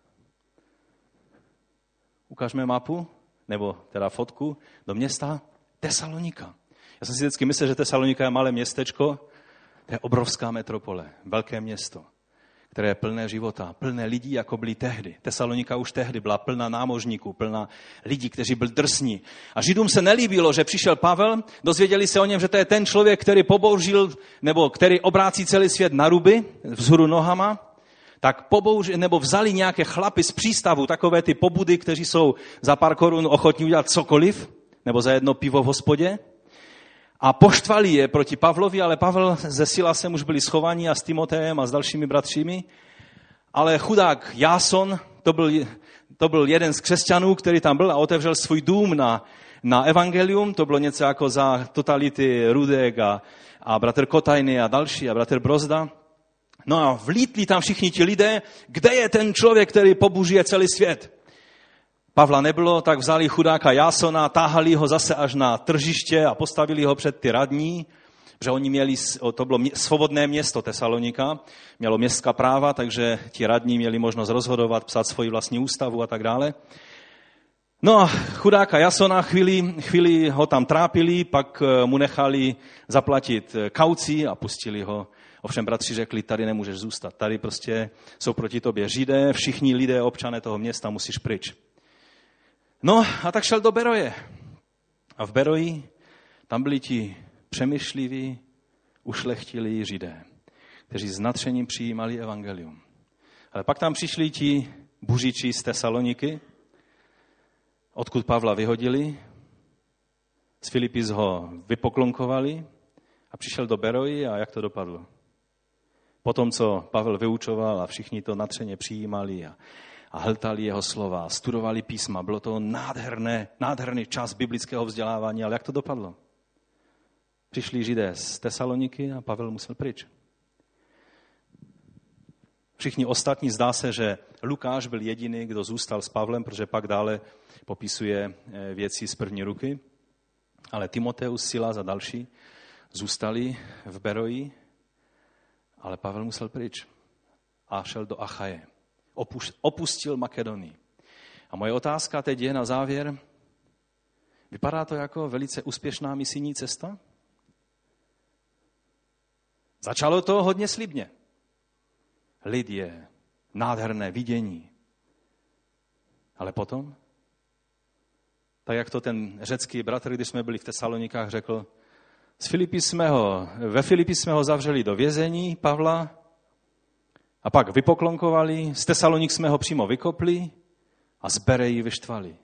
Ukážme mapu, nebo teda fotku, do města Tesalonika. Já jsem si vždycky myslel, že Tesalonika je malé městečko, to je obrovská metropole, velké město, které je plné života, plné lidí, jako byli tehdy. Tesalonika už tehdy byla plná námořníků, plná lidí, kteří byli drsní. A Židům se nelíbilo, že přišel Pavel, dozvěděli se o něm, že to je ten člověk, který pobouřil, nebo který obrácí celý svět na ruby, vzhůru nohama, tak vzali nějaké chlapy z přístavu, takové ty pobudy, kteří jsou za pár korun ochotní udělat cokoliv, nebo za jedno pivo v hospodě, a poštvali je proti Pavlovi, ale Pavel se Silasem už byli schovaní a s Timotejem a s dalšími bratřími, ale chudák Jáson, to byl jeden z křesťanů, který tam byl a otevřel svůj dům na evangelium, to bylo něco jako za totality Rudek a bratr Kotajny a další a bratr Brozda. No a vlítli tam všichni ti lidé, kde je ten člověk, který pobuřuje celý svět. Pavla nebylo, tak vzali chudáka Jásona, táhali ho zase až na tržiště a postavili ho před ty radní, protože oni měli, to bylo svobodné město Tesalonika, mělo městská práva, takže ti radní měli možnost rozhodovat, psát svoji vlastní ústavu a tak dále. No a chudáka Jasona chvíli ho tam trápili, pak mu nechali zaplatit kauci a pustili ho. Ovšem bratři řekli, tady nemůžeš zůstat, tady prostě jsou proti tobě Židé, všichni lidé, občané toho města, musíš pryč. No a tak šel do Beroje. A v Beroji tam byli ti přemýšliví, ušlechtilí Židé, kteří s nadšením přijímali evangelium. Ale pak tam přišli ti buřiči z Tesaloniky, odkud Pavla vyhodili, z Filipis ho vypoklonkovali a přišel do Beroji a jak to dopadlo? Potom, co Pavel vyučoval a všichni to nadšeně přijímali a hltali jeho slova, studovali písma, bylo to nádherný čas biblického vzdělávání, ale jak to dopadlo? Přišli Židé z Tesaloniky a Pavel musel pryč. Všichni ostatní, zdá se, že Lukáš byl jediný, kdo zůstal s Pavlem, protože pak dále popisuje věci z první ruky, ale Timoteus, Silas a další zůstali v Beroji, ale Pavel musel pryč a šel do Achaje. Opustil Makedonii. A moje otázka teď je na závěr, vypadá to jako velice úspěšná misijní cesta? Začalo to hodně slibně. lid je nádherné vidění. Ale potom, tak jak to ten řecký bratr, když jsme byli v Tesalonikách, řekl, ve Filipi jsme ho zavřeli do vězení, Pavla, a pak vypoklonkovali, z Tesalonik jsme ho přímo vykopli a z Bereji vyštvali.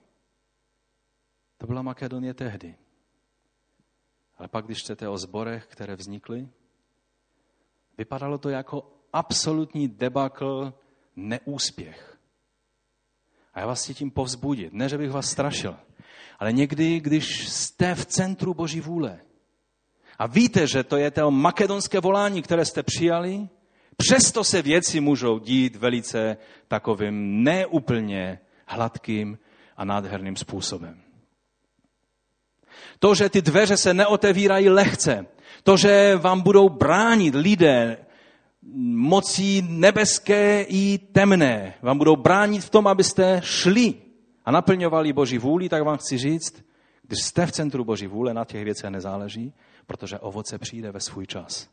To byla Makedonie tehdy. Ale pak, když čtete o sborech, které vznikly, vypadalo to jako absolutní debakl, neúspěch. A já vás chci tím povzbudit, ne, že bych vás strašil, ale někdy, když jste v centru Boží vůle a víte, že to je to makedonské volání, které jste přijali, přesto se věci můžou dít velice takovým neúplně hladkým a nádherným způsobem. To, že ty dveře se neotevírají lehce, to, že vám budou bránit lidé mocí nebeské i temné, vám budou bránit v tom, abyste šli a naplňovali Boží vůli, tak vám chci říct, když jste v centru Boží vůle, na těch věcech nezáleží, protože ovoce přijde ve svůj čas.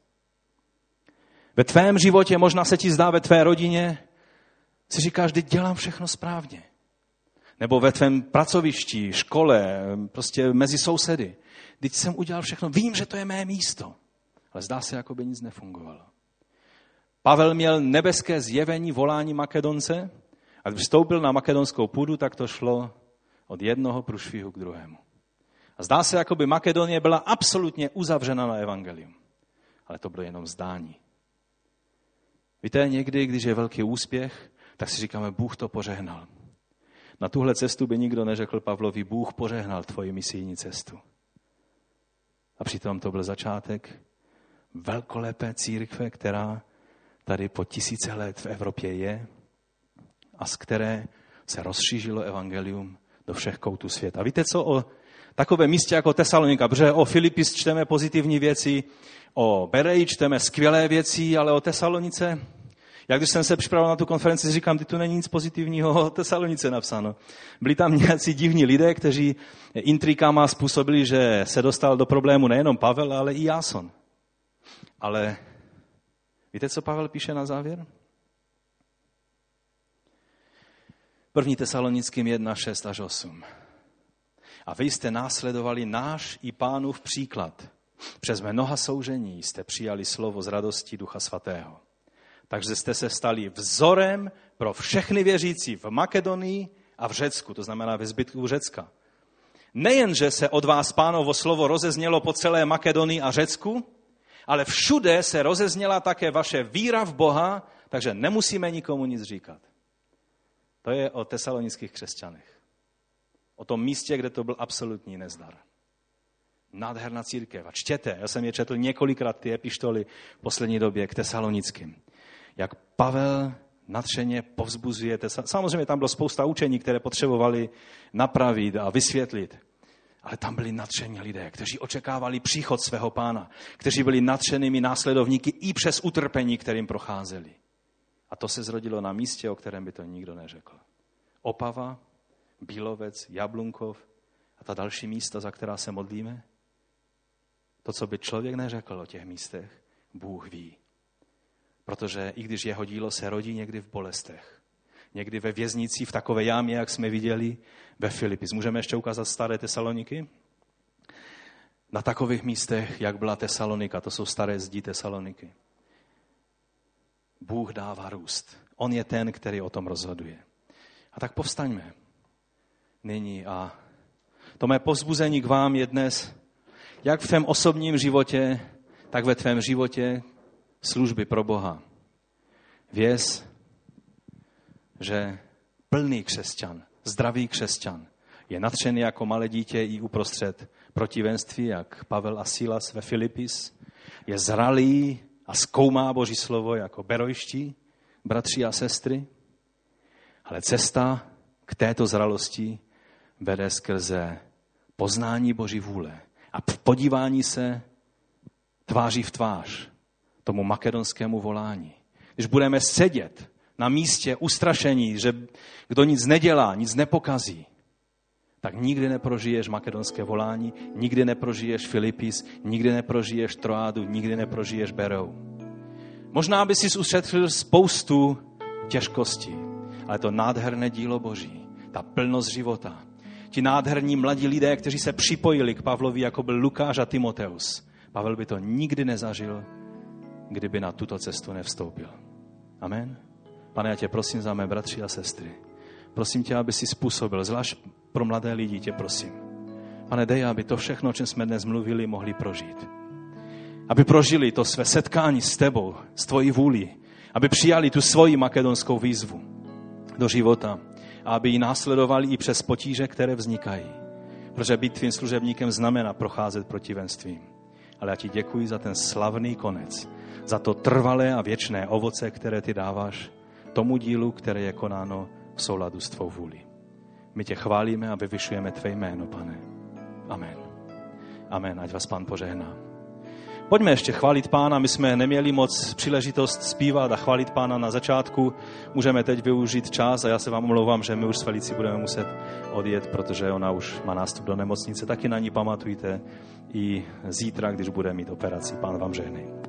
Ve tvém životě, možná se ti zdá ve tvé rodině, si říkáš, že dělám všechno správně. Nebo ve tvém pracovišti, škole, prostě mezi sousedy. Teď jsem udělal všechno, vím, že to je mé místo. Ale zdá se, jako by nic nefungovalo. Pavel měl nebeské zjevení, volání Makedonce a když vstoupil na makedonskou půdu, tak to šlo od jednoho průšvihu k druhému. A zdá se, jako by Makedonie byla absolutně uzavřena na evangelium. Ale to bylo jenom zdání. Víte, někdy, když je velký úspěch, tak si říkáme, Bůh to požehnal. Na tuhle cestu by nikdo neřekl Pavlovi, Bůh požehnal tvoji misijní cestu. A přitom to byl začátek velkolepé církve, která tady po 1000 let v Evropě je a z které se rozšířilo evangelium do všech koutů světa. A víte co o takové místě jako Tesalonika? Protože o Filipis čteme pozitivní věci, o Bereji čteme skvělé věci, ale o Tesalonice, jak když jsem se připravoval na tu konferenci, říkám, tu není nic pozitivního o Tesalonice napsáno. Byli tam nějací divní lidé, kteří intrikama způsobili, že se dostal do problému nejenom Pavel, ale i Jáson. Ale víte, co Pavel píše na závěr? 1. Tesalonickým 1, 6 až 8. A vy jste následovali náš i Pánův příklad. Přes mnoha soužení jste přijali slovo z radostí Ducha Svatého. Takže jste se stali vzorem pro všechny věřící v Makedonii a v Řecku, to znamená ve zbytku Řecka. Nejenže se od vás Pánovo slovo rozeznělo po celé Makedonii a Řecku, ale všude se rozezněla také vaše víra v Boha, takže nemusíme nikomu nic říkat. To je o tesalonických křesťanech. O tom místě, kde to byl absolutní nezdar. Nádherná církev. A čtěte, já jsem je četl několikrát ty epištoly v poslední době k tesalonickým. Jak Pavel nadšeně povzbuzuje. Samozřejmě tam bylo spousta učení, které potřebovali napravit a vysvětlit. Ale tam byli nadšení lidé, kteří očekávali příchod svého Pána, kteří byli nadšenými následovníky i přes utrpení, kterým procházeli. A to se zrodilo na místě, o kterém by to nikdo neřekl. Opava, Bílovec, Jablunkov a ta další místa, za která se modlíme. To, co by člověk neřekl o těch místech, Bůh ví. Protože i když jeho dílo se rodí někdy v bolestech, někdy ve věznici, v takové jámě, jak jsme viděli ve Filipis. Můžeme ještě ukázat staré Tesaloniky? Na takových místech, jak byla Tesalonika, to jsou staré zdi Tesaloniky. Bůh dává růst. On je ten, který o tom rozhoduje. A tak povstaňme nyní a to mé povzbuzení k vám je dnes, jak v tvém osobním životě, tak ve tvém životě služby pro Boha. Věz, že plný křesťan, zdravý křesťan je nadšený jako malé dítě i uprostřed protivenství, jak Pavel a Silas ve Filipis, je zralý a zkoumá Boží slovo jako berojští bratři a sestry, ale cesta k této zralosti vede skrze poznání Boží vůle a podívání se tváří v tvář tomu makedonskému volání. Když budeme sedět na místě ustrašení, že kdo nic nedělá, nic nepokazí, tak nikdy neprožiješ makedonské volání, nikdy neprožiješ Filipis, nikdy neprožiješ Troádu, nikdy neprožiješ Berou. Možná by si ušetřil spoustu těžkostí, ale to nádherné dílo Boží, ta plnost života, ti nádherní mladí lidé, kteří se připojili k Pavlovi, jako byl Lukáš a Timoteus. Pavel by to nikdy nezažil, kdyby na tuto cestu nevstoupil. Amen. Pane, já tě prosím za mé bratři a sestry. Prosím tě, aby si způsobil, zvlášť pro mladé lidi tě prosím. Pane, dej, aby to všechno, o čem jsme dnes mluvili, mohli prožít. Aby prožili to své setkání s tebou, s tvojí vůlí. Aby přijali tu svoji makedonskou výzvu do života. A aby ji následovali i přes potíže, které vznikají. Protože být tvým služebníkem znamená procházet protivenstvím. Ale já ti děkuji za ten slavný konec. Za to trvalé a věčné ovoce, které ty dáváš tomu dílu, které je konáno v souladu s tvou vůli. My tě chválíme a vyvyšujeme tvé jméno, Pane. Amen. Amen, ať vás Pán požehná. Pojďme ještě chválit Pána, my jsme neměli moc příležitost zpívat a chválit Pána na začátku. Můžeme teď využít čas a já se vám omlouvám, že my už s Felicí budeme muset odjet, protože ona už má nástup do nemocnice. Taky na ní pamatujte i zítra, když bude mít operaci. Pán vám žehnej.